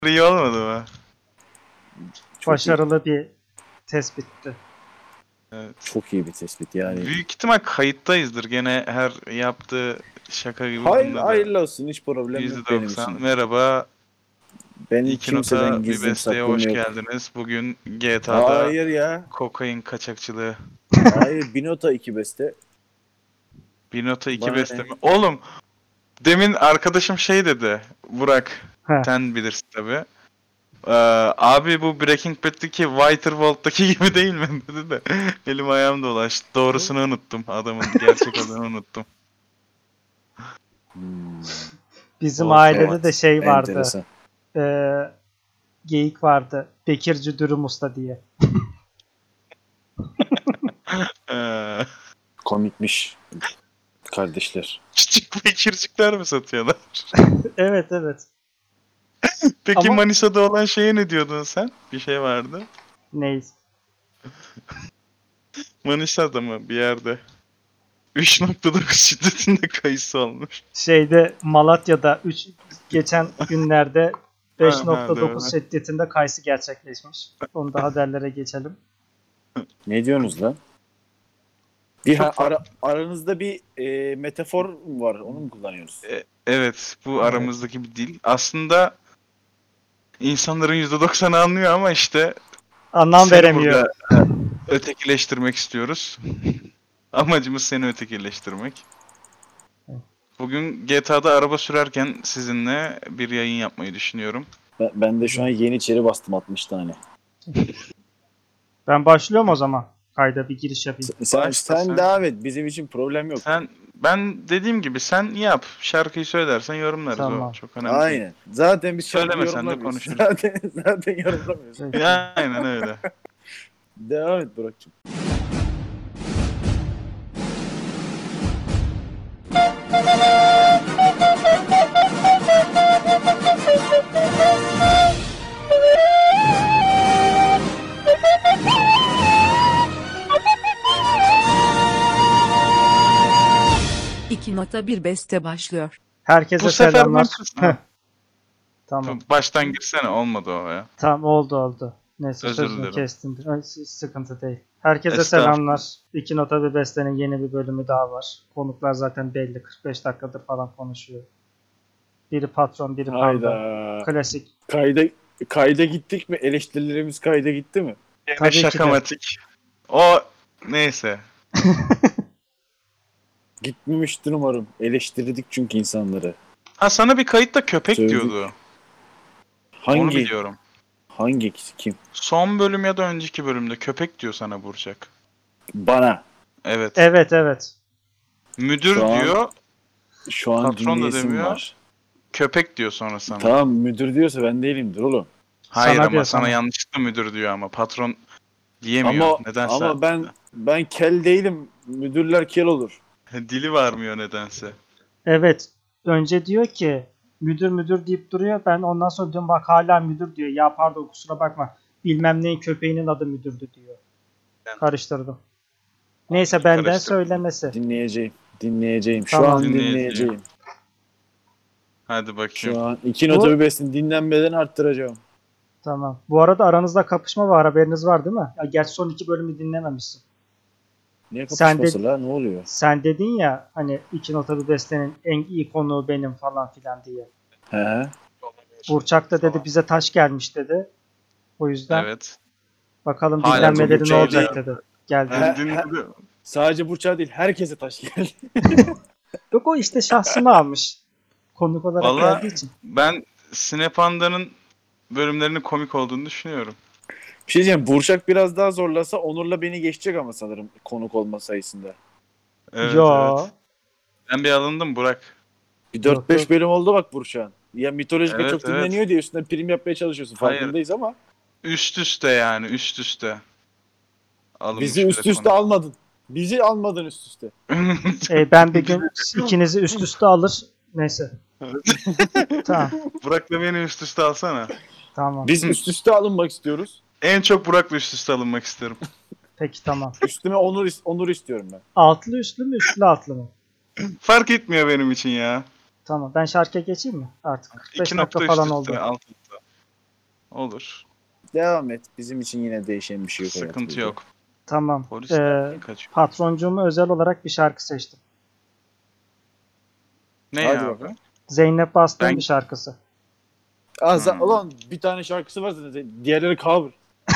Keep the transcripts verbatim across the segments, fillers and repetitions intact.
iyi olmadı mı? Çok Başarılı iyi. bir tespitti. Evet. Çok iyi bir tespit yani. Büyük ihtimal kayıttayızdır. Gene her yaptığı şaka gibi Hayır, bunda da. hayırlı olsun. Hiç problem yok benim yüzde doksan. için. Merhaba. Ben İki kimseden nota bir gizlim besteye saklım hoş yok. geldiniz. Bugün G T A'da Hayır ya. kokain kaçakçılığı. Hayır, bir nota iki beste. Bir nota iki Bana beste ne? mi? Oğlum demin arkadaşım şey dedi. Burak Heh. sen bilirsin tabi. Ee, abi bu Breaking Bad'deki Waterworld'daki gibi değil mi dedi de elim ayağım dolaştı. Doğrusunu unuttum. Adamın gerçek adını unuttum. Hmm, Bizim O- ailede evet. de şey vardı. Enteresan. Ee, geyik vardı. Bekirci Dürüm Usta diye. Ee, Komikmiş kardeşler. küçük bekircikler mi satıyorlar? Evet evet. Peki Ama- Manisa'da olan şeye ne diyordun sen? Bir şey vardı. Neyse. Manisa'da mı bir yerde? üç nokta dokuz şiddetinde kayısı olmuş. Şeyde Malatya'da üç geçen günlerde beş Ha, nokta ha, dokuz doğru. şiddetinde kayısı gerçekleşmiş. Onu da haberlere geçelim. Ne diyorsunuz lan? Bir Çok ha- farklı. ara- aranızda bir e, metafor var. Onu mu kullanıyoruz? E, evet, bu Evet. aramızdaki bir dil. Aslında insanların yüzde doksanı anlıyor ama işte Anlam seni veremiyor. burada ötekileştirmek istiyoruz. Amacımız seni ötekileştirmek. Bugün G T A'da araba sürerken sizinle bir yayın yapmayı düşünüyorum. Ben, ben de şu an yeni içeri bastım altmış tane. Ben başlıyorum o zaman. Kayda bir giriş yapayım. Sen, Başla sen sen. devam et. Bizim için problem yok. Sen, ben dediğim gibi sen yap. Şarkıyı söylersen yorumlarız. Tamam. O çok önemli değil. Aynen. Zaten biz şarkı Söylemesen de yorumlamıyoruz. konuşuruz. Zaten, zaten yorumlamıyoruz. Peki. Aynen öyle. Devam et Burak'cığım. İki nota bir beste başlıyor. Herkese Bu sefer selamlar. ben Heh. Tamam. Baştan girsene, olmadı o ya. Tamam oldu oldu. Neyse Özür sözünü dilerim. kestim. Ay, hiç sıkıntı değil. Herkese Estağfurullah. selamlar. İki Nota Bir Beste'nin yeni bir bölümü daha var. Konuklar zaten belli. kırk beş dakikadır falan konuşuyor. Biri patron, biri panda. Hayda. Klasik. Kayda, kayda gittik mi? Eleştirilerimiz kayda gitti mi? Yine Tabii ki de. şakamatik. O neyse. Gitmemiştir umarım. Eleştirdik çünkü insanları. Ha sana bir kayıtta köpek Söyledik. diyordu. Onu Hangi? biliyorum. Hangi kim? Son bölüm ya da önceki bölümde köpek diyor sana Burçak. Bana. Evet. Evet evet. Müdür Şu an- diyor, Şu an Patron da dinleyesim demiyor. var. köpek diyor sonra sana. Tamam, müdür diyorsa ben değilimdir oğlum. Hayır Sana ama diyor sana sana. yanlışlıkla müdür diyor ama patron diyemiyor. Ama nedense. ama ben ben kel değilim. Müdürler kel olur. Dili varmıyor nedense. Evet. Önce diyor ki müdür müdür deyip duruyor. Ben ondan sonra diyorum bak hala müdür diyor. Ya pardon kusura bakma. Bilmem neyin köpeğinin adı müdürdü diyor. Yani- Karıştırdım. Neyse benden Karıştırdım. söylemesi. Dinleyeceğim. Dinleyeceğim. Şu Tamam. an Dinleyeceğim. dinleyeceğim. Hadi bakayım. Şu an iki Bu- nota bir besin dinlenmeden arttıracağım. Tamam. Bu arada aranızda kapışma var, haberiniz var değil mi? Ya gerçi son iki bölümü dinlememişsin. Ne Sen de- kapışması la? Ne oluyor? Sen dedin ya hani iki Nota Bir Beste'nin en iyi konuğu benim falan filan diye. He he. Burçak da dedi bize taş gelmiş dedi. O yüzden Evet. bakalım Hala dinlenmeleri ne Burçak'a olacak değil. dedi. Geldi. He. Dinledim. Sadece Burçak'a değil, herkese taş geldi. Yok o işte şahsını almış. Konuk olarak Vallahi- geldiği için. Ben Sinepanda'nın bölümlerinin komik olduğunu düşünüyorum. Bir şey diyeceğim, Burçak biraz daha zorlasa Onur'la beni geçecek ama sanırım konuk olma sayısında. Evet, Yo. evet. Ben bir alındım Burak. Bir Yok, dört beş yok. bölüm oldu bak Burçak'ın. Ya mitolojide Evet, çok evet. dinleniyor diye üstüne prim yapmaya çalışıyorsun. Hayır. Farkındayız ama Üst üste yani üst üste. Alınmış bizi üst bir üste konu. almadın. Bizi almadın üst üste. E, ben bir gün ikinizi üst üste alır. Neyse. Tamam. Burak'la beni üst üste alsana. Tamam. Biz üst üste alınmak istiyoruz. En çok Burak'la üst üste alınmak isterim. Peki tamam. Üstüme Onur is- Onur istiyorum ben. Altlı üstlü mü üstlü altlı mı? Fark etmiyor benim için ya. Tamam. Ben şarkıya geçeyim mi? Artık kırk beş İki dakika nokta üst falan üste. oldu. Alt üste. Olur. Devam et. Bizim için yine değişen bir şey yok. Sıkıntı hayatımızda. yok. Tamam. Polis Ee, kaçıyor. patroncuğuma özel olarak bir şarkı seçtim. Ne Hadi ya abi? bakalım. Zeynep Bastık'ın Ben- bir şarkısı. Aa, za- Hmm. Ulan bir tane şarkısı var zaten. Diğerleri cover.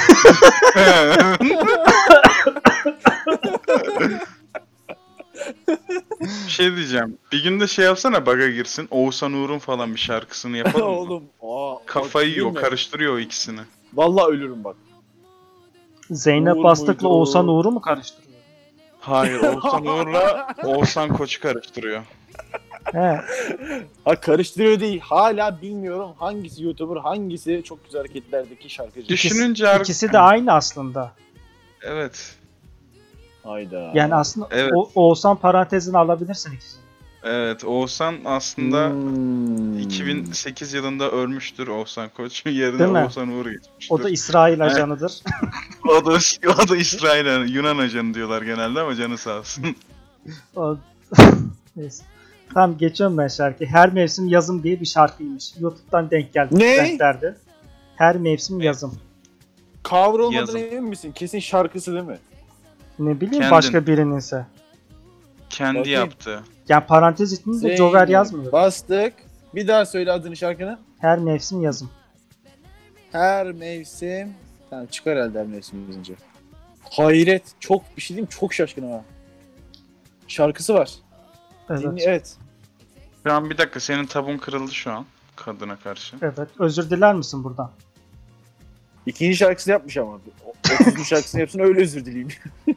Bir şey diyeceğim. Bir gün de şey yapsana bug'a girsin. Oğuzhan Uğur'un falan bir şarkısını yapalım mı? Oğlum. Aa, Kafayı bak, yiyor, değil mi? karıştırıyor o ikisini. Vallahi ölürüm bak. Zeynep Uğur Bastık'la muydu? Oğuzhan Uğur'u mu karıştırıyor? Hayır, Oğuzhan Uğur'la Oğuzhan Koç'u karıştırıyor. He. Ha, karıştırıyor değil. Hala bilmiyorum hangisi YouTuber, hangisi çok güzel hareketlerdeki şarkıcı. Düş- İkisi, Düşününce har- ikisi de aynı aslında. Evet. Hayda. Yani aslında Evet. o, Oğuzhan parantezini alabilirsin ikisini. Evet, Oğuzhan aslında Hmm. iki bin sekiz yılında ölmüştür Oğuzhan Koç. Yerine Değil mi? Oğuzhan Uğur geçmiştir. O da İsrail ajanıdır. o da, o da İsrail, Yunan ajanı diyorlar genelde ama canı sağ olsun. O... Neyse. Tamam, geçiyorum ben şarkıyı. Her mevsim yazım diye bir şarkıymış. YouTube'dan denk geldi. Ne? Trendlerde. Her mevsim yazım. Cover olmadığına Yazın. emin misin? Kesin şarkısı değil mi? Ne bileyim Kendin. başka birininse. Kendi Bakayım. yaptı. Yani parantez içinde Zeynep Jover yazmıyor. Bastık. Bir daha söyle adını şarkının. Her mevsim yazım. Her mevsim. Tamam, çıkar herhalde her mevsim yazınca. Hayret. Çok bir şey diyeyim mi? Çok şaşkınım ha. Şarkısı var. Evet. Dinle, evet. Şu an bir dakika, senin tabun kırıldı şu an kadına karşı. Evet. Özür diler misin buradan? İkinci şarkısını yapmış ama. otuzuncu şarkısını yapsın öyle özür dileyim.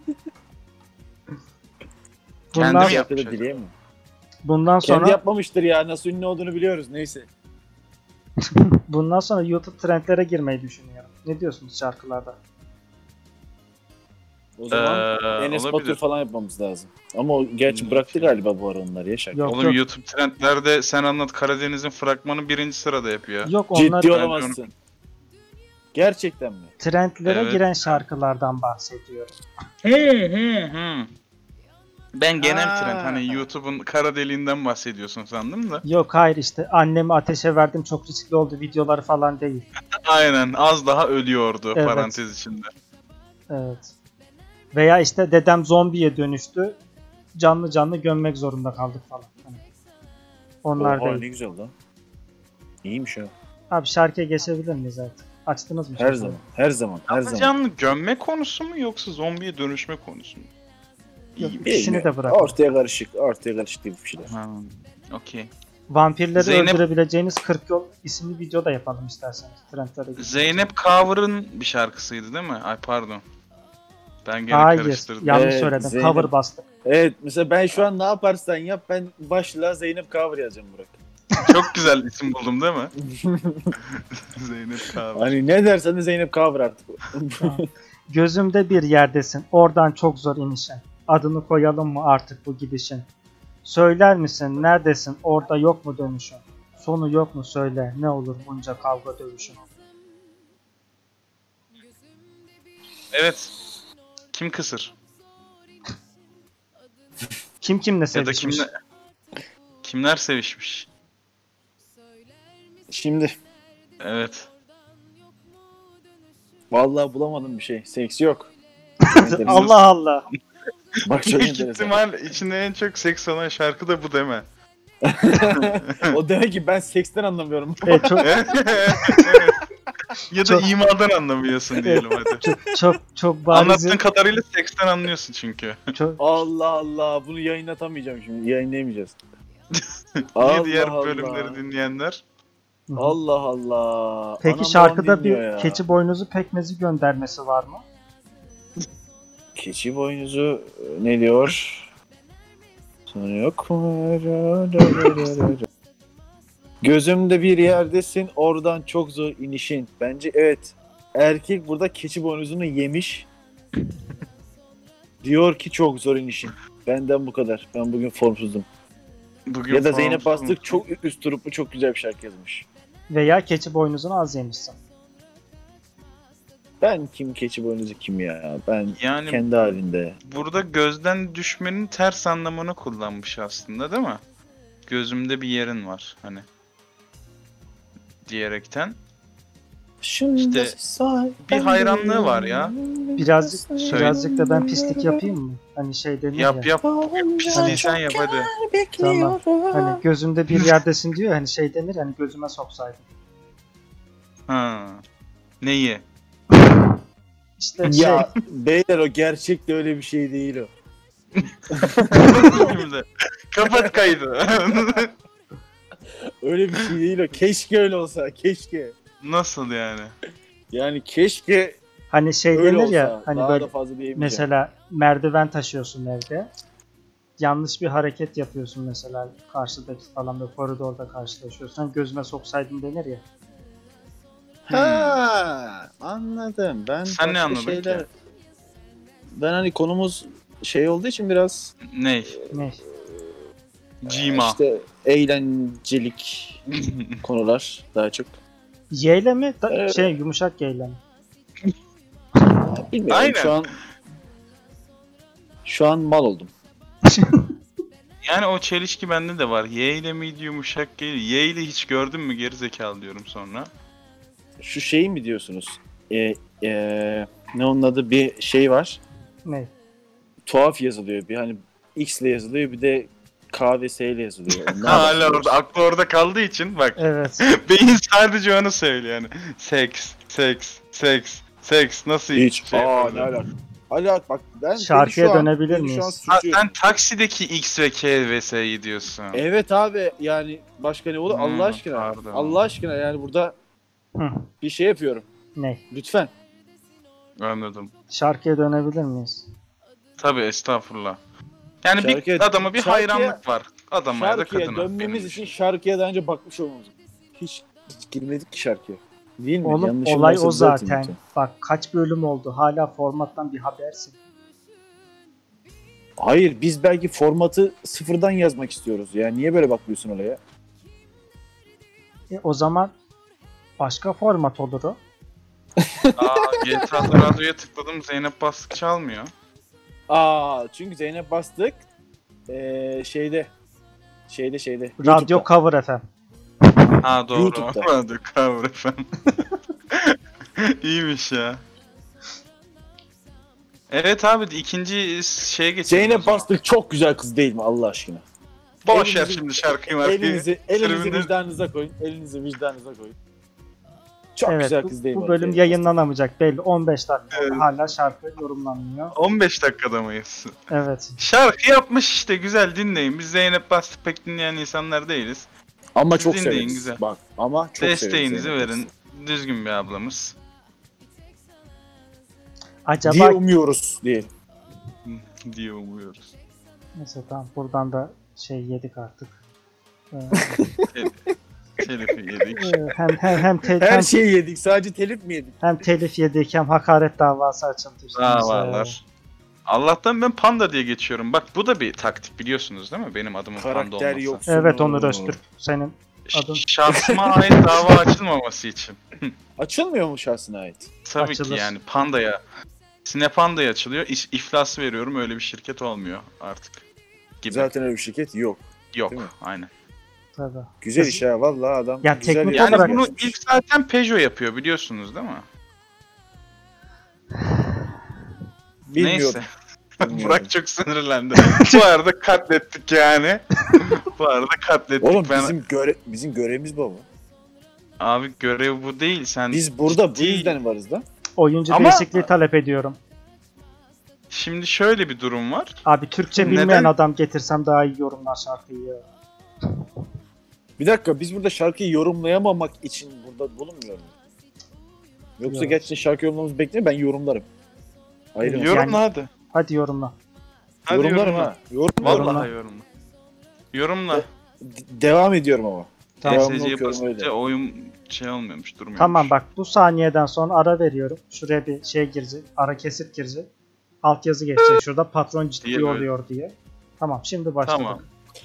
Kendi Bundan, mi Şarkıda yapmış? dileyeyim mi? bundan Kendi sonra yapmamıştır ya. Nasıl ünlü olduğunu biliyoruz. Neyse. bundan sonra YouTube trendlere girmeyi düşünüyorum. Ne diyorsunuz şarkılarda? O zaman Ee, Enes olabilir. Batur falan yapmamız lazım. Ama o gerçi Hmm. bıraktı galiba bu ara onları ya şarkı. Yok Oğlum yok. YouTube trendlerde Sen Anlat Karadeniz'in fragmanı birinci sırada yapıyor. Yok, onlar Ciddi Bence olamazsın. Gerçekten mi? trendlere Evet. giren şarkılardan bahsediyorum. Hı hı hı. Ben genel Ha. trend, hani YouTube'un kara deliğinden bahsediyorsun sandım da. Yok hayır, işte annemi ateşe verdim çok riskli oldu videoları falan değil. Aynen, az daha ölüyordu Evet. parantez içinde. Evet. Veya işte dedem zombiye dönüştü. Canlı canlı gömmek zorunda kaldık falan. Hani onlar Oha, değil. ne güzel lan. İyiymiş o. Abi şarkıya geçebilir miyiz artık? Açtınız mı? Her şarkıyı? zaman. Her zaman. Her zaman. Canlı gömme konusu mu yoksa zombiye dönüşme konusu mu? Yok, İyi. ikisini de Bilmiyorum. bırak. Ortaya karışık. Ortaya karışık değil bir şeyler. Ha, okey. Vampirleri Zeynep- öldürebileceğiniz kırk yol isimli video da yapalım isterseniz. Trendlere gidelim. Zeynep Cover'ın bir şarkısıydı değil mi? Ay pardon. Ben gene Hayır. karıştırdım. Yanlış Evet, söyledim. Zeynep. Cover bastık. Evet, mesela ben şu an ne yaparsan yap, ben başla Zeynep Cover yazacağım Burak. Çok güzel isim buldum değil mi? Zeynep Cover. Hani ne dersen de Zeynep Cover artık. Gözümde bir yerdesin. Oradan çok zor inişin. Adını koyalım mı artık bu gidişin? Söyler misin neredesin? Orada yok mu dönüşün? Sonu yok mu söyle. Ne olur bunca kavga dövüşün? Evet. Kim kısır? Kim kimle Ya da sevişmiş? kimler kimler sevişmiş? Şimdi Evet. vallahi bulamadım bir şey. Seks yok. Allah Allah. Bak çok Büyük enteresan. ihtimal içinde en çok seks olan şarkı da bu deme. O demek ki ben seksten anlamıyorum. E, çok, Evet. Ya da Çok- imadan anlamıyorsun diyelim hadi. çok çok çok bariz. Anlattığın kadarıyla seksten anlıyorsun çünkü. Çok, Allah Allah, bunu yayınlatamayacağım şimdi. Yayınlayamayacağız. Niye Allah diğer Allah. bölümleri dinleyenler? Allah Allah. Peki Anam şarkıda babam bir dinliyor ya. keçi boynuzu pekmezi göndermesi var mı? Keçi boynuzu e, ne diyor? Sonu yok mu? Gözümde bir yerdesin, oradan çok zor inişin. Bence evet. Erkek burada keçi boynuzunu yemiş. Diyor ki çok zor inişin. Benden bu kadar. Ben bugün formsuzdum. Bugün Ya da Zeynep formsuz Bastık musun? çok üst duruplu çok güzel bir şarkı yazmış. Veya keçi boynuzunu az yemişsin. Ben kim keçi boynuzu kim ya? Ben Yani kendi halinde. burada gözden düşmenin ters anlamını kullanmış aslında değil mi? Gözümde bir yerin var hani. Diyerekten. İşte bir hayranlığı var ya. Birazcık, Söyle. birazcık da ben pislik yapayım mı? Hani şey denir Yap ya. yap. Pisliği sen yap hadi. Tamam. Hani gözümde bir yerdesin diyor. Hani şey denir hani gözüme soksaydın. Ha. Neyi? İşte şey. Ya beyler o gerçekte öyle bir şey değil o. Şimdi. Kapat kaydı. Öyle bir şey değil o. Keşke öyle olsa. Keşke. Nasıl yani? Yani keşke Hani şey öyle denir olsa. ya. Hani daha böyle da fazla diyemeyeceğim. mesela merdiven taşıyorsun evde. Yanlış bir hareket yapıyorsun mesela karşıdaki falan bir koridorda karşılaşıyorsun. Hani gözüme soksaydın denir ya. Ha, anladım. Ben Sen ne başka anladın şeyler... ki? Ben hani konumuz şey olduğu için biraz Ney? Ne? Cima. işte eğlencelik konular daha çok. Y ile mi? Da- Evet. şey yumuşak Y ile mi? Bilmiyorum Aynen. şu an şu an mal oldum. Yani o çelişki bende de var. Y ile miydi yumuşak G ile? Y ile hiç gördün mü gerizekalı diyorum sonra. Şu şeyi mi diyorsunuz? Ee, ee, ne onun adı bir şey var. Ne? Tuhaf yazılıyor. Bir hani X ile yazılıyor bir de K ve S ile yazılıyor. Ondan Hala bahsediyoruz. orada, aklı orada kaldığı için bak. Evet. Beyin sadece onu söylüyor yani. Seks, seks, seks, seks nasıl Hiç. şey Aa ne yapabilir? alaka? Alak bak ben seni Şarkıya şu an- dönebilir beni şu an miyiz? Ha, suçluyorsun. sen taksideki X ve K ve S'yi diyorsun. Evet abi yani başka ne olur Hmm, Allah aşkına. pardon. Allah aşkına yani burada Hı. bir şey yapıyorum. Ne? Lütfen. Anladım. Şarkıya dönebilir miyiz? Tabii estağfurullah. Yani Şarkıya- bir adama bir şarkıya- hayranlık var. Adama ya da Şarkıya kadına. dönmemiz benim için şarkıya daha önce bakmış olmamız. Hiç, hiç girmedik ki şarkıya. Değil mi? Oğlum Yanlışım olay varsa o düzeltin zaten. lütfen. Bak kaç bölüm oldu hala formattan bir habersin. Hayır biz belki formatı sıfırdan yazmak istiyoruz. Ya niye böyle bakmıyorsun olaya? E, o zaman başka format olur o. Aa, G T A radyoya tıkladım Zeynep Bastık çalmıyor. Aa çünkü Zeynep bastık. Ee, şeyde şeyde şeyde. Radyo YouTube'da. Cover F M. Ha doğru. YouTube'da. Radyo cover efendim. İyiymiş ya. Evet abi ikinci şeye geçelim. o Zeynep zaman. bastık çok güzel kız değil mi Allah aşkına? Boş ver Elinizi- şimdi şarkıyı markayı. Elinizi, elinizi Tribünde- vicdanınıza koyun. Elinizi vicdanınıza koyun. Çok Evet güzel bu, kız değil mi? bu bölüm Zeynep yayınlanamayacak belli. on beş dakika Evet. hala şarkı yorumlanmıyor. on beş dakikada mıyız? Evet. Şarkı yapmış işte güzel dinleyin. Biz Zeynep Bastık pek dinleyen insanlar değiliz. Bastık? Ama Siz çok dinleyin, severiz. güzel. Bak ama çok severiz Desteğinizi Zeynep verin. Bastık. Düzgün bir ablamız. Acaba Diye umuyoruz diye. diye umuyoruz. neyse tamam buradan da şey yedik artık. Ee, Şerefi yedik. e, hem hem hem, te- Her hem, şeyi yedik. Sadece telif mi yedik? hem telif yedik hem hakaret davası açıldı üstümüze. Davalar. Allah'tan ben Panda diye geçiyorum. Bak bu da bir taktik biliyorsunuz değil mi? Benim adımın Panda Karakter olması. yok. Evet Onur Öztürk. Senin Ş- adın. Şahsıma ait dava açılmaması için. Açılmıyor mu şahsına ait? Tabii Açılır. ki yani Panda'ya. Sinepanda'ya açılıyor. İş- iflas veriyorum öyle bir şirket olmuyor artık. Gibi. Zaten öyle bir şirket yok. Yok değil mi? aynen. Tabii. Güzel Kız- iş ya vallahi adam. Ya güzel teknik Yani olarak- bunu yazmış. ilk zaten Peugeot yapıyor biliyorsunuz değil mi? Bilmiyorum. Neyse. Bilmiyorum. Burak çok sinirlendi. Bu arada katlettik yani. Bu arada katlettik. Oğlum ben... bizim göre bizim görevimiz bu ama. Abi görev bu değil. Sen Biz burada bu ciddi- yüzden varız da. Oyuncu Ama- değişikliği talep ediyorum. Şimdi şöyle bir durum var. Abi Türkçe bilmeyen Neden? adam getirsem daha iyi yorumlar şarkıyı ya. Bir dakika biz burada şarkıyı yorumlayamamak için burada bulunmuyor muyuz? Yoksa Yok. gerçekten şarkı yorumlamamızı bekliyor ben yorumlamam. Hayır. Yok. Yorumla Yani- hadi. Hadi yorumla. Hadi yorumlarım yorumla. ha. Yorum, Vallahi Yorumla. yorumla. Yorumla. de- devam ediyorum ama. Tamam. Devamını E S C'ye okuyorum basınca öyle. oyun şey olmuyormuş, durmuyormuş. Tamam bak bu saniyeden sonra ara veriyorum. Şuraya bir şey girecek. Ara kesit girecek. Altyazı geçecek şurada. Patron ciddi Diye böyle. oluyor diye. Tamam şimdi başladık. Tamam.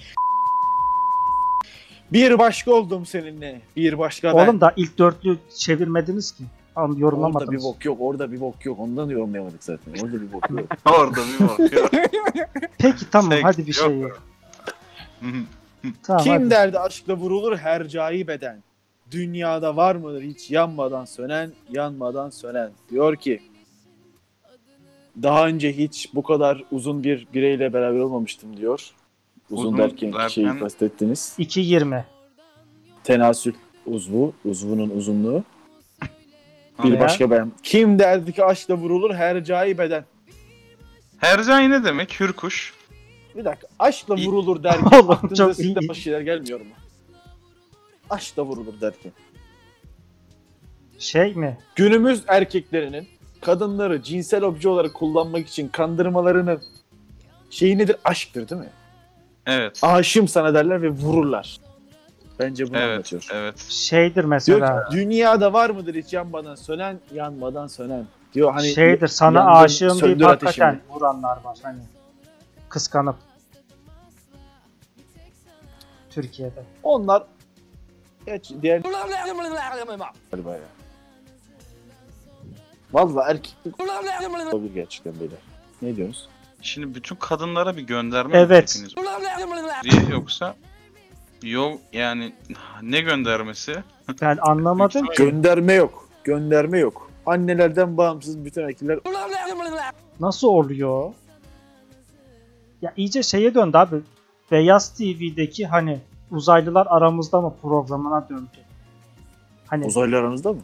Bir başka oldum seninle. Bir başka ben. Oğlum da ilk dörtlü çevirmediniz ki. Oğlum Orada bir yorumlamadınız. bok yok. Orada bir bok yok. Ondan yorumlayamadık zaten. Orada bir bok yok. Orada bir bakıyor. Peki tamam Seks hadi bir yok. şey yok. Tamam Kim hadi. derdi aşkla vurulur her cahi beden. Dünyada var mıdır hiç yanmadan sönen, yanmadan sönen? Diyor ki daha önce hiç bu kadar uzun bir bireyle beraber olmamıştım diyor. Uzun, Uzun derken derken- şeyi kastettiniz. iki yirmi. Tenasül uzvu, uzvunun uzunluğu. Bir Veya- başka ben. Kim derdi ki aşkla vurulur hercai beden. Hercai ne demek? Hürkuş. Bir dakika. Aşkla İyi. vurulur derken Oğlum, aklınıza çok sizin de iyi. başka şeyler gelmiyor mu? Aşkla vurulur derken. Şey mi? Günümüz erkeklerinin kadınları cinsel obje olarak kullanmak için kandırmalarının şeyi nedir? Aşktır değil mi? Evet. Aşığım sana derler ve vururlar. Bence bunu Evet. anlatıyor. Evet. Şeydir Diyor mesela. ki dünyada var mıdır hiç yanmadan sönen, yanmadan sönen? Diyor hani Şeydir sana yangın, aşığım deyip söndür hakikaten ateşimi. vuranlar var hani. Kıskanıp. Türkiye'de. Onlar geç, diğer galiba ya. Vallahi erkeklik olabilir gerçekten böyle. Ne diyorsunuz? Şimdi bütün kadınlara bir gönderme mi Evet. hepiniz diye yoksa yok yani ne göndermesi? Ben anlamadım ki. Gönderme yok. Gönderme yok. Annelerden bağımsız bütün erkekler Nasıl oluyor? Ya iyice şeye döndü abi. Beyaz T V'deki hani uzaylılar aramızda mı programına döndü. Hani uzaylı aranızda mı?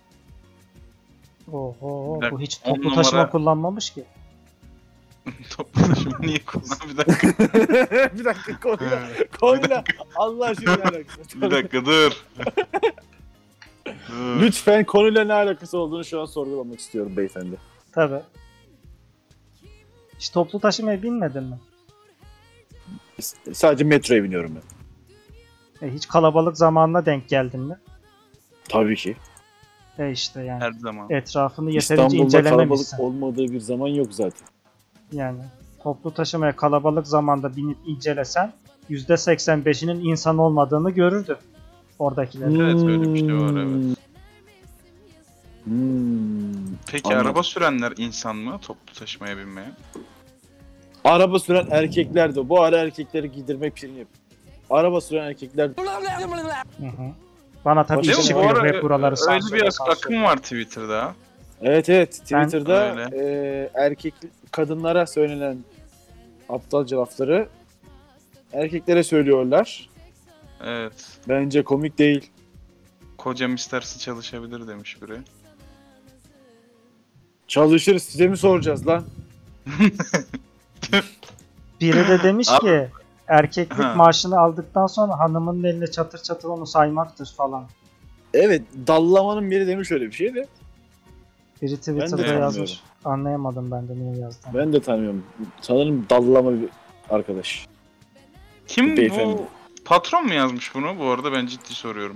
oho Bir dakika, bu hiç on toplu taşıma numara- kullanmamış ki. Toplu taşıma niye kullan bir dakika. bir dakika konuyla, konuyla Allah aşkına ne alakası var? Bir dakika dur. Dur. Lütfen konuyla ne alakası olduğunu şu an sorgulamak istiyorum beyefendi. Tabi. Hiç toplu taşımaya binmedin mi? S- Sadece metroya biniyorum ben. E, hiç kalabalık zamanına denk geldin mi? Tabii ki. E işte yani. Her zaman. Etrafını yeterince İstanbul'da kalabalık incelememişsin. olmadığı bir zaman yok zaten. Yani toplu taşımaya kalabalık zamanda binip incelesen yüzde seksen beşinin insan olmadığını görürdü oradakiler. Evet, öyle bir şey var, evet. Hmm. Peki Anladım. araba sürenler insan mı toplu taşımaya binmeye? Araba süren erkekler de bu ara erkekleri giydirmek için yap. Araba süren erkekler de Hı hı. Bana tabii Değil iş mi? Bu çıkıyor ara hep buraları öyle sansürle, bir ak- sansürle. akım var Twitter'da. Evet evet Ben- Twitter'da Öyle. e, erkek kadınlara söylenen aptalca lafları erkeklere söylüyorlar. Evet. Bence komik değil. Kocam isterse çalışabilir demiş biri. Çalışırız size mi soracağız lan? Biri de demiş Abi- ki erkeklik Ha. maaşını aldıktan sonra hanımının eline çatır çatır onu saymaktır falan. Evet dallamanın biri demiş öyle bir şey de Biri Twitter'da tanımıyorum. yazmış. Anlayamadım ben de niye yazdığını. ben de tanıyorum. Sanırım dallama bir arkadaş. Kim Beyefendi. bu? Patron mu yazmış bunu? Bu arada ben ciddi soruyorum.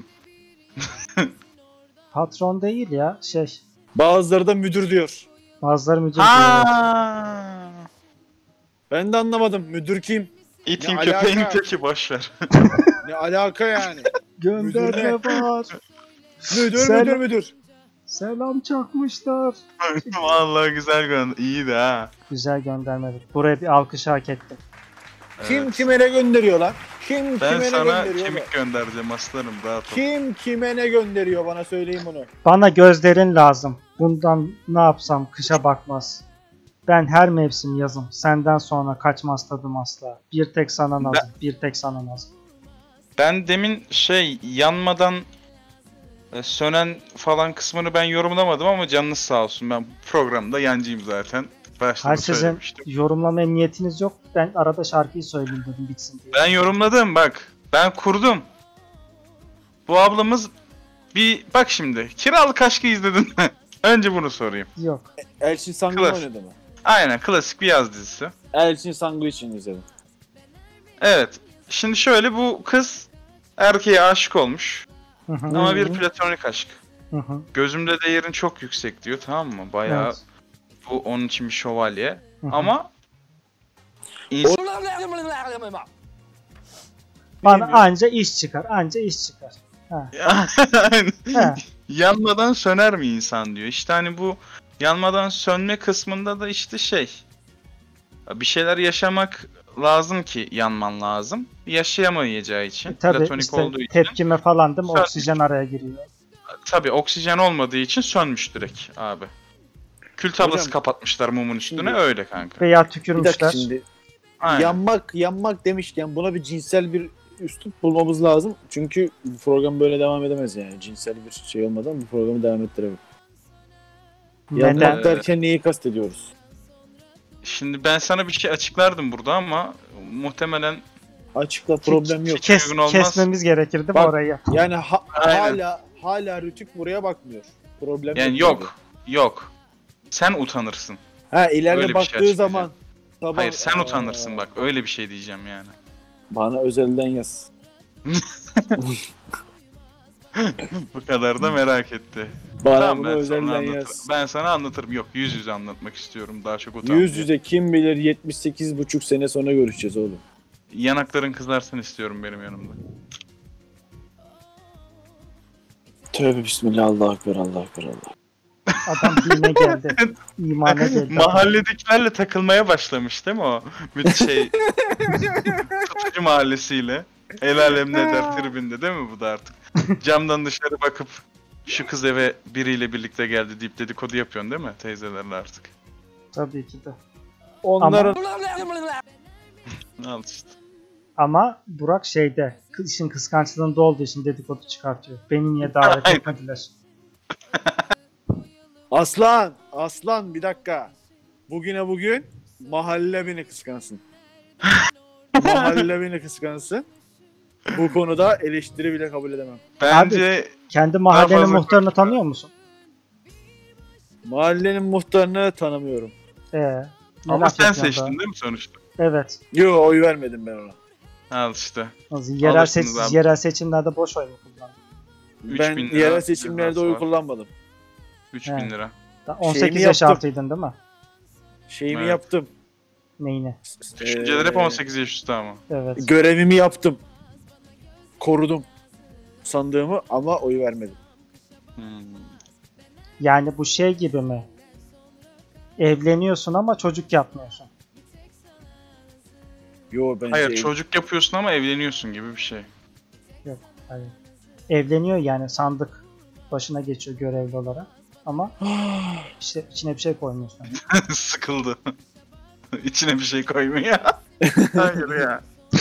Patron değil ya şey. Bazıları da müdür diyor. Bazıları müdür diyor. Ha. Ben de anlamadım. Müdür kim? İtin Ne köpeğin alaka? teki boşver. Ne alaka yani? Gönderme var. müdür Sen- müdür müdür. Selam çakmışlar. Vallahi güzel gönder. İyi de ha. Güzel gönderme. Buraya bir alkış hak etti. Kim Evet. kime ne gönderiyor lan? Kim Ben kime ne sana gönderiyor? kemik lan? göndereceğim aslanım rahat ol. Kim kime ne gönderiyor bana söyleyin bunu. Bana gözlerin lazım. Bundan ne yapsam kışa bakmaz. Ben her mevsim yazım. Senden sonra kaçmaz tadım asla. Bir tek sana nazım. Bir tek sana nazım. Ben demin şey yanmadan e, sönen falan kısmını ben yorumlamadım ama canınız sağ olsun. Ben programda yancıyım zaten. Başta Her da sizin söylemiştim. yorumlamaya niyetiniz yok. Ben arada şarkıyı söyleyeyim dedim bitsin diye. Ben yorumladım bak. Ben kurdum. Bu ablamız bir bak şimdi kiralık aşkı izledin mi? Önce bunu sorayım. Yok. Elçin Sangu Klas. oynadı mı? Aynen klasik bir yaz dizisi. Elçin Sangu için izledim. Evet. Şimdi şöyle bu kız erkeğe aşık olmuş. Hı hı. Ama bir platonik aşk. Hı hı. Gözümde değerin çok yüksek diyor, tamam mı? Bayağı Evet. bu onun için bir şövalye. Hı hı. Ama insan Bana Bilmiyorum. anca iş çıkar. Anca iş çıkar. Ha. Ha. yanmadan söner mi insan diyor. İşte hani bu yanmadan sönme kısmında da işte şey bir şeyler yaşamak lazım ki yanman lazım. Yaşayamayacağı için. E, tabii platonik işte olduğu için. tepkime falan değil mi? Sönmüş. Oksijen araya giriyor. Tabii oksijen olmadığı için sönmüş direkt abi. Kül tablası Hocam, kapatmışlar mumun üstüne şimdi- öyle kanka. Veya Bir dakika tükürmüşler. şimdi. Aynen. Yanmak, yanmak demişken buna bir cinsel bir üslup bulmamız lazım. Çünkü bu program böyle devam edemez yani. Cinsel bir şey olmadan bu programı devam ettiremem. Neden? Yanmak derken neyi kastediyoruz? Şimdi ben sana bir şey açıklardım burada ama muhtemelen Açıkla, problem yok. hiç Kes, uygun olmaz. kesmemiz gerekir değil mi Bak, orayı? Yani ha- Aynen. hala hala Rütük buraya bakmıyor. Problem yani yok. Yok. Sen utanırsın. Ha ileride Öyle bir şey baktığı açıklayacağım. zaman tamam. Hayır sen Aa, utanırsın bak. Öyle bir şey diyeceğim yani. Bana özelden yaz. Bu kadar da merak etti. Bana Tamam, bunu ben sana özelden anlatırım. yaz. Ben sana anlatırım. Yok yüz yüze anlatmak istiyorum. Daha çok utandım. Yüz yüze kim bilir yetmiş sekiz buçuk sene sonra görüşeceğiz oğlum. Yanakların kızarsın istiyorum benim yanımda. Tövbe bismillah, Allahu ekber, Allahu ekber, Allah. Adam dine geldi. İmana geldi. Mahalledekilerle takılmaya başlamış değil mi o? Bir şey tutucu mahallesiyle. El alem ne der tribinde değil mi bu da artık? Camdan dışarı bakıp şu kız eve biriyle birlikte geldi deyip dedikodu yapıyorsun değil mi teyzelerle artık? Tabii ki de. Onların Al işte. Ama Burak şeyde, işin kıskançlığında olduğu için dedikodu çıkartıyor. Beni niye davet Aynen. etmediler? Aslan, aslan bir dakika. Bugüne bugün mahalle beni kıskansın. Mahalle beni kıskansın. Bu konuda eleştiri bile kabul edemem. Bence Kendi mahallenin fazla muhtarını tanıyor musun? Mahallenin muhtarını tanımıyorum. Ee, ne ama laf sen yapıyorsun seçtin daha? değil mi sonuçta? Evet. Yo, oy vermedim ben ona. Al işte. Nasıl, yerel, seç, Alırsınız abi. yerel seçimlerde boş oy mu kullandın? üç Ben bin lira yerel seçimlerde cezası oy var. kullanmadım. üç He. bin lira. Daha on sekiz Şeyimi yaş yaptım. altıydın değil mi? Şeyimi Evet. yaptım. Neyini? Düşünceler hep Ee, on sekiz yaş üstü ama. Evet. Görevimi yaptım. Korudum sandığımı ama oy vermedim. Hmm. Yani bu şey gibi mi? Evleniyorsun ama çocuk yapmıyorsun. Yo bence Hayır ev- çocuk yapıyorsun ama evleniyorsun gibi bir şey. Yok, hayır. Evleniyor yani sandık başına geçiyor görevli olarak. Ama işte içine bir şey koymuyorsun. Sıkıldı. İçine bir şey koymuyor. Hayır ya.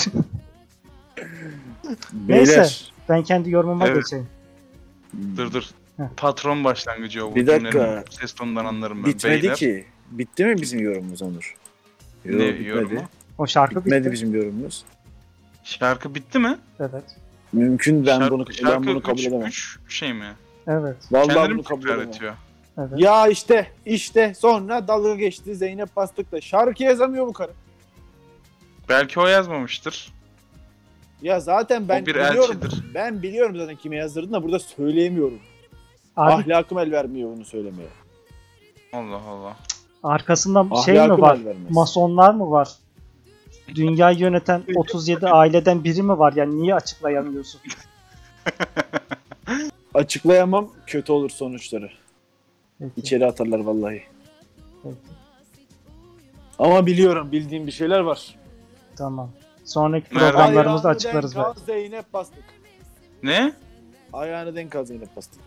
Beyler, Neyse. Ben kendi yorumuma Evet. geçeyim. Dur dur. Heh. Patron başlangıcı o. Bir Bu dakika. cümlenin ses tonundan anlarım ben. bitmedi Beyler. ki. Bitti mi bizim yorumumuz Onur? Yo, Ne bitmedi. yorumu? O şarkı Bitmedi bitti. bizim yorumumuz. Şarkı bitti mi? Evet. Mümkün ben Şarkı, bunu ben şarkı bunu kabul üç, edemem. üç şey mi? Evet. Vallahi Kendini bunu mi kabul tekrar edemem. ediyor? Evet. Ya işte işte sonra dalga geçti Zeynep Bastık'la. Şarkı yazamıyor bu karı. Belki o yazmamıştır. Ya zaten ben O bir biliyorum. elçidir. Ben biliyorum zaten kime yazdırdığını da burada söyleyemiyorum. Abi Ahlakım el vermiyor bunu söylemeye. Allah Allah. arkasında şey mi Ahlakım var? el vermez. Masonlar mı var? Dünyayı yöneten otuz yedi aileden biri mi var? Yani niye açıklayamıyorsun? Açıklayamam, kötü olur sonuçları. Peki. İçeri atarlar vallahi. Peki. Ama biliyorum, bildiğim bir şeyler var. Tamam. Sonraki Nereden? programlarımızda Ayağını açıklarız denk al belki. Zeynep Bastık. Ne? Ayağını denk al Zeynep Bastık.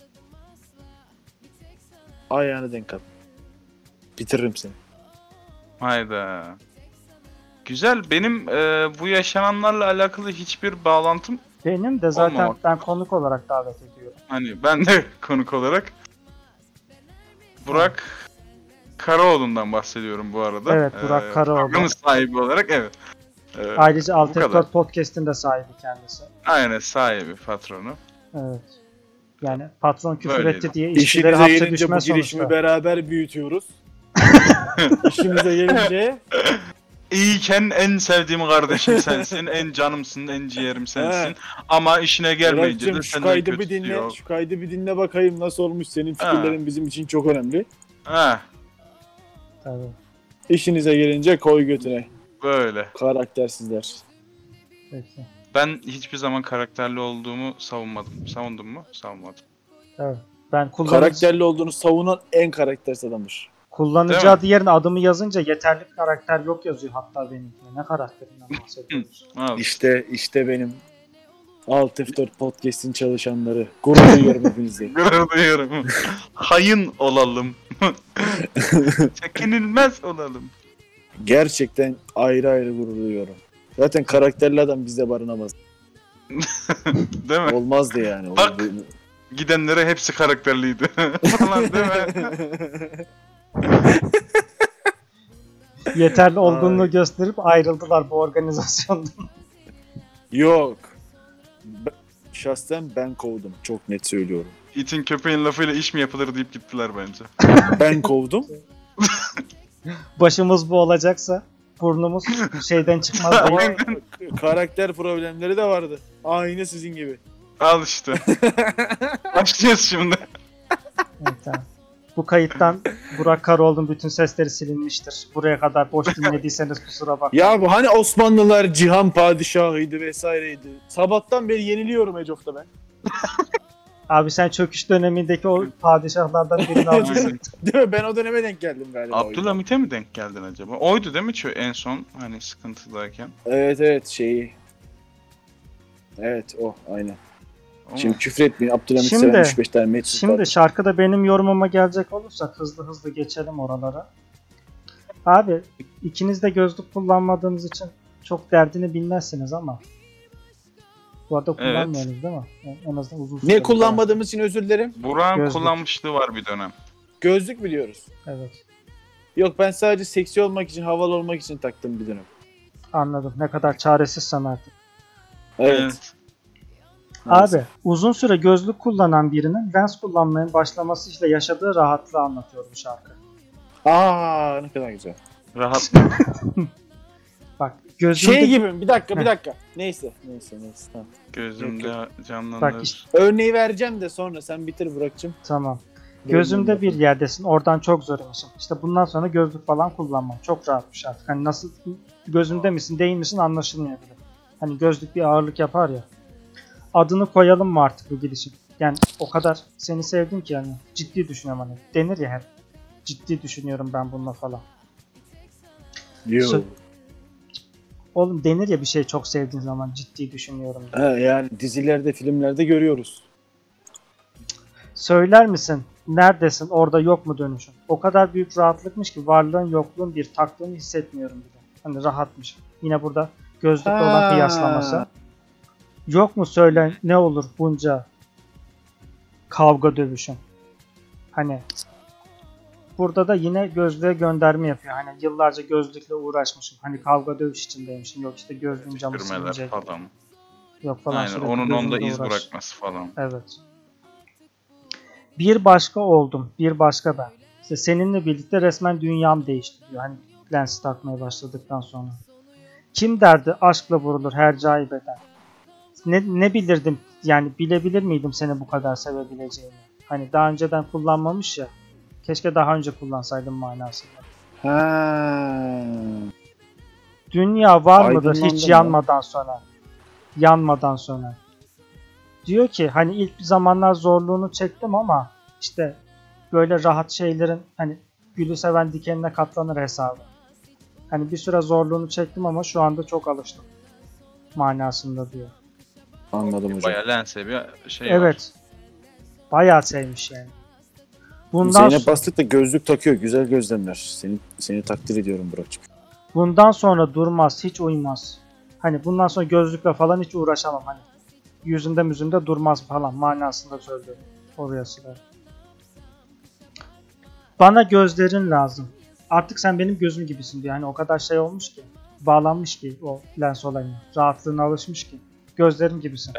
Ayağını denk al. Bitiririm seni. Hayda. Güzel. Benim e, bu yaşananlarla alakalı hiçbir bağlantım Benim de zaten Olmamak. ben konuk olarak davet ediyorum. hani ben de konuk olarak Burak Karaoğlu'ndan bahsediyorum bu arada. Evet, Burak Ee, Karaoğlu. Programın sahibi olarak evet. Ee, Ayrıca bu Alt F kadar. dört Podcast'in de sahibi kendisi. Aynen sahibi patronu. Evet. Yani patron küfür Böyleydi. etti diye işçileri İşimize hapse gelince bu düşmez girişimi sonuçta. beraber büyütüyoruz. İşimize gelince İyiyken en sevdiğim kardeşim sensin, en canımsın, en ciğerim sensin. He. Ama işine gelmeyince Burak'cığım de şu senden kaydı bir kötüsü dinle, yok. şu kaydı bir dinle bakayım nasıl olmuş, senin fikirlerin bizim için çok önemli. Ha, Tabii. İşinize gelince koy götüne. böyle. Karaktersizler. Peki. Ben hiçbir zaman karakterli olduğumu savunmadım. Savundum mu? Savunmadım. Evet. Ben kullanıcı, Karakterli olduğunu savunan en karaktersiz adamdır. Kullanıcı Değil mi? adı yerine adımı yazınca yeterli karakter yok yazıyor hatta benimkine. Ne karakterinden bahsediyoruz? Al. İşte işte benim Alt F dört Podcast'in çalışanları. Gurur duyuyorum hepinizle. Gurur duyuyorum. Hayın olalım. Çekinilmez olalım. Gerçekten ayrı ayrı gurur duyuyorum. Zaten karakterli adam bizde barınamaz. Değil mi? Olmazdı yani. Bak. Oldu. Gidenlere hepsi karakterliydi. Falan değil mi? Yeterli olgunluğu Ay. gösterip ayrıldılar bu organizasyondan. Yok. Ben- şahsen ben kovdum. Çok net söylüyorum. İtin köpeğin lafıyla iş mi yapılır deyip gittiler bence. Ben kovdum. Başımız bu olacaksa burnumuz şeyden çıkmaz Ama değil. k- karakter problemleri de vardı. Aynı sizin gibi. Al işte. Başlayacağız şimdi. Evet, tamam. Bu kayıttan Burak Karoğlu'nun bütün sesleri silinmiştir. Buraya kadar boş dinlediyseniz kusura bakmayın. Ya bu hani Osmanlılar cihan padişahıydı vesaireydi. Sabahtan beri yeniliyorum Age of'ta ben. Abi sen çöküş dönemindeki o padişahlardan birini almışsın. Değil mi? Ben o döneme denk geldim galiba. o yüzden. Abdülhamit'e mi denk geldin acaba? Oydu değil mi şu en son hani sıkıntıdayken? Evet evet şeyi. Evet o aynen. O mu? Şimdi küfür etmeyin. Abdülhamit Şimdi- seven üç beş tane meçhul Şimdi var. şarkıda benim yorumuma gelecek olursa hızlı hızlı geçelim oralara. Abi ikiniz de gözlük kullanmadığınız için çok derdini bilmezsiniz ama bu arada kullanmıyorsunuz değil mi? En- En azından uzun süre. Ne kullanmadığımız için özür dilerim. Burak'ın Gözlük. kullanmışlığı var bir dönem. Gözlük mü diyoruz? Evet, Yok ben sadece seksi olmak için, havalı olmak için taktım bir dönem. anladım. Ne kadar çaresizsen artık. Evet. Abi uzun süre gözlük kullanan birinin lens kullanmaya başlaması ile yaşadığı rahatlığı anlatıyor bu şarkı. Aa ne kadar güzel. Rahat. Bak gözümde... Şey gibi bir dakika bir dakika. Neyse neyse neyse. Tamam. Gözümde canlanır. Bak işte- Örneği vereceğim de sonra sen bitir Burak'cığım. Tamam. Gözümde bir yerdesin. Oradan çok zor emişim. İşte bundan sonra gözlük falan kullanmam. Çok rahatmış artık. Hani nasıl gözümde misin değil misin anlaşılmıyor bile. Hani gözlük bir ağırlık yapar ya. Adını koyalım mı artık bu gidişin? Yani o kadar seni sevdim ki yani. Ciddi düşünüyorum hani. Denir ya hep. Ciddi düşünüyorum ben bununla falan. Yo. Sö- Oğlum denir ya bir şey çok sevdiğin zaman ciddi düşünüyorum diye. Ha, yani dizilerde filmlerde görüyoruz. Söyler misin? Neredesin? Orada yok mu dönüşün? O kadar büyük rahatlıkmış ki varlığın yokluğun bir taktığını hissetmiyorum bile. Hani rahatmış. Yine burada gözlükle olan Ha. kıyaslaması. Yok mu söyle ne olur bunca kavga dövüşün? Hani burada da yine gözlüğe gönderme yapıyor. Hani yıllarca gözlükle uğraşmışım. Hani kavga dövüş içindeymişim. Yok işte gözlüğün camı Sürmeler silinecek. falan. Yok falan. Aynen sürekli onun onda gözümle iz uğraş. bırakması falan. Evet. Bir başka oldum, bir başka ben. İşte seninle birlikte resmen dünyam değişti diyor. Hani lens takmaya başladıktan sonra. Kim derdi aşkla vurulur her cahil beden. Ne, ne bilirdim yani bilebilir miydim seni bu kadar sevebileceğini. Hani daha önceden kullanmamış ya. Keşke daha önce kullansaydım manasında. Ha. Dünya var mıdır Aydınlandım hiç ya. yanmadan sonra? Yanmadan sonra. Diyor ki hani ilk zamanlar zorluğunu çektim ama işte böyle rahat şeylerin hani gülü seven dikenine katlanır hesabı. Hani bir süre zorluğunu çektim ama şu anda çok alıştım manasında diyor. Anladım hocam. Bayağı lense bir şey var. Evet. Bayağı sevmiş yani. Bundan Zeynep sonra, Bastık da gözlük takıyor. Güzel gözlemler. Seni seni takdir ediyorum Burak'cığım. bundan sonra durmaz, hiç uymaz. Hani bundan sonra gözlükle falan hiç uğraşamam hani. Yüzünde müzünde durmaz falan manasında söylüyorum. Oraya sıra. Bana gözlerin lazım. Artık sen benim gözüm gibisin diyor. Hani o kadar şey olmuş ki. Bağlanmış ki o lens olayına. Rahatlığına alışmış ki. Gözlerim gibisin.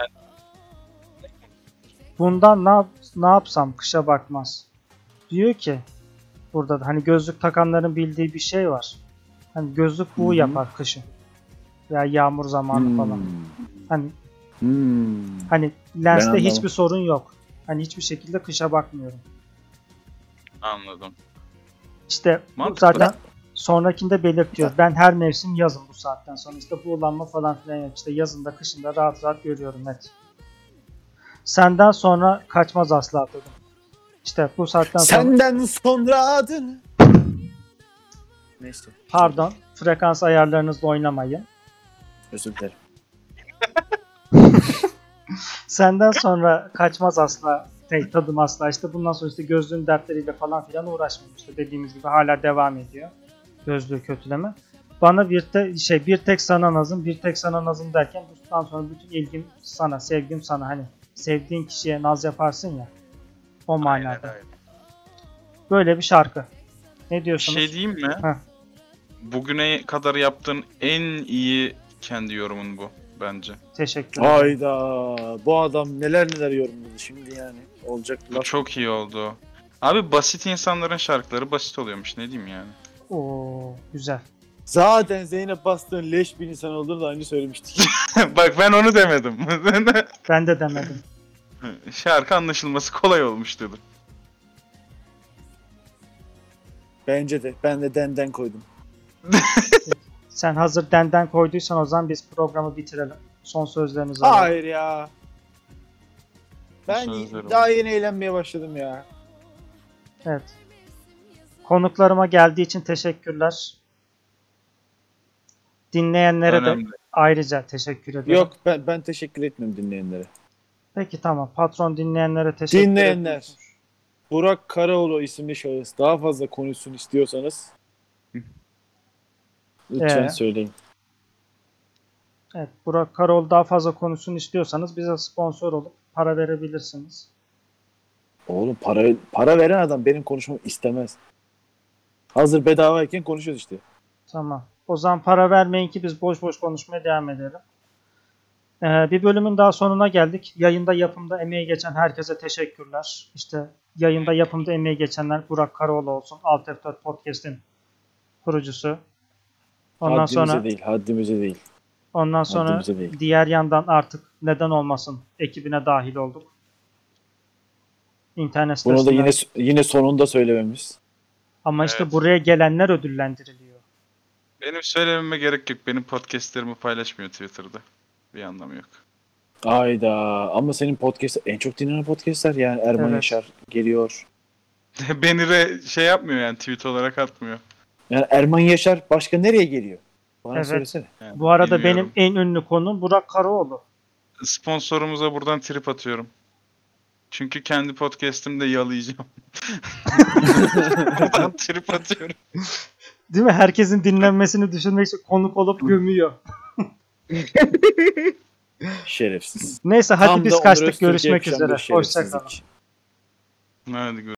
Bundan ne, yap ne yapsam kışa bakmaz. Diyor ki burada da hani gözlük takanların bildiği bir şey var. Hani gözlük buğu Hı hı. yapar kışın. Ya yağmur zamanı falan. Hani Hmm. hani Ben lenste anladım. hiçbir sorun yok. Hani hiçbir şekilde kışa bakmıyorum. Anladım. İşte bu Mantıklı. zaten sonrakinde belirtiyor. Ben her mevsim yazın bu saatten sonra. İşte buğulanma falan filan yok. İşte yazında kışında rahat rahat görüyorum net. Senden sonra kaçmaz asla dedim. İşte bu saatten sonra Senden sonra adını Neyse. Pardon. Frekans ayarlarınızla oynamayın. Özür dilerim. Senden sonra kaçmaz asla. Tek tadım asla. İşte bundan sonra işte gözlüğün dertleriyle falan filan uğraşmayın. İşte dediğimiz gibi hala devam ediyor. Gözlüğü kötüleme. Bana bir te şey bir tek sana nazım, bir tek sana nazım derken bundan sonra bütün ilgim sana, sevgim sana. Hani sevdiğin kişiye naz yaparsın ya. O manada. Aynen öyle. Böyle bir şarkı. Ne Bir diyorsunuz? şey diyeyim mi? Heh. Bugüne kadar yaptığın en iyi kendi yorumun bu bence. Teşekkür ederim. Hayda. Bu adam neler neler yorumladı şimdi yani. Olacak Bu laf. çok iyi oldu. Abi basit insanların şarkıları basit oluyormuş, ne diyeyim yani. Oo, güzel. Zaten Zeynep Bastık'ın leş bir insan olduğunu da önce söylemiştik. Bak ben onu demedim. Ben de demedim. Şarkı anlaşılması kolay olmuş dedim. Bence de. Ben de denden koydum. Sen hazır denden koyduysan o zaman biz programı bitirelim. Son sözlerinizi alalım. Hayır ya. Ben Sözleri daha yeni eğlenmeye başladım ya. Evet. Konuklarıma geldiği için teşekkürler. Dinleyenlere de Önemli. ayrıca teşekkür ederim. Yok ben ben teşekkür etmiyorum dinleyenlere. Peki tamam. Patron dinleyenlere teşekkür Dinleyenler. ederim. Burak Karaoğlu isimli şahıs daha fazla konuşsun istiyorsanız lütfen Ee? söyleyin. Evet. Burak Karol daha fazla konuşsun istiyorsanız bize sponsor olup para verebilirsiniz. Oğlum para para veren adam benim konuşmamı istemez. Hazır bedavayken konuşuyoruz işte. Tamam. O zaman para vermeyin ki biz boş boş konuşmaya devam edelim. Ee, bir bölümün daha sonuna geldik. Yayında yapımda emeği geçen herkese teşekkürler. İşte yayında yapımda emeği geçenler Burak Karaoğlu olsun. Alt F dört Podcast'in kurucusu. Ondan Haddimize sonra değil, haddimize değil. ondan sonra Haddimize değil. diğer yandan artık neden olmasın ekibine dahil olduk. İnternet Bunu da sitesinden. yine yine sonunda söylememiz. Ama işte Evet. buraya gelenler ödüllendiriliyor. Benim söylememe gerek yok. Benim podcastlerimi paylaşmıyor Twitter'da. Bir anlamı yok. Ayda ama senin podcast en çok dinlenen podcastler yani Erman Evet. Yaşar geliyor. Beni re şey yapmıyor yani, tweet olarak atmıyor. Yani Erman Yaşar başka nereye geliyor? Bana Evet. söylesene. Yani Bu arada bilmiyorum. benim en ünlü konum Burak Karaoğlu. Sponsorumuza buradan trip atıyorum. Çünkü kendi podcast'imde yalayacağım. Buradan trip atıyorum. Değil mi? Herkesin dinlenmesini düşünmek için konuk olup gömüyor. Şerefsiz. Neyse hadi Tam da biz Onur kaçtık. Öztürk'e Görüşmek yakışan bir üzere. Hoşçakalın. şerefsizlik. Hadi görüşürüz.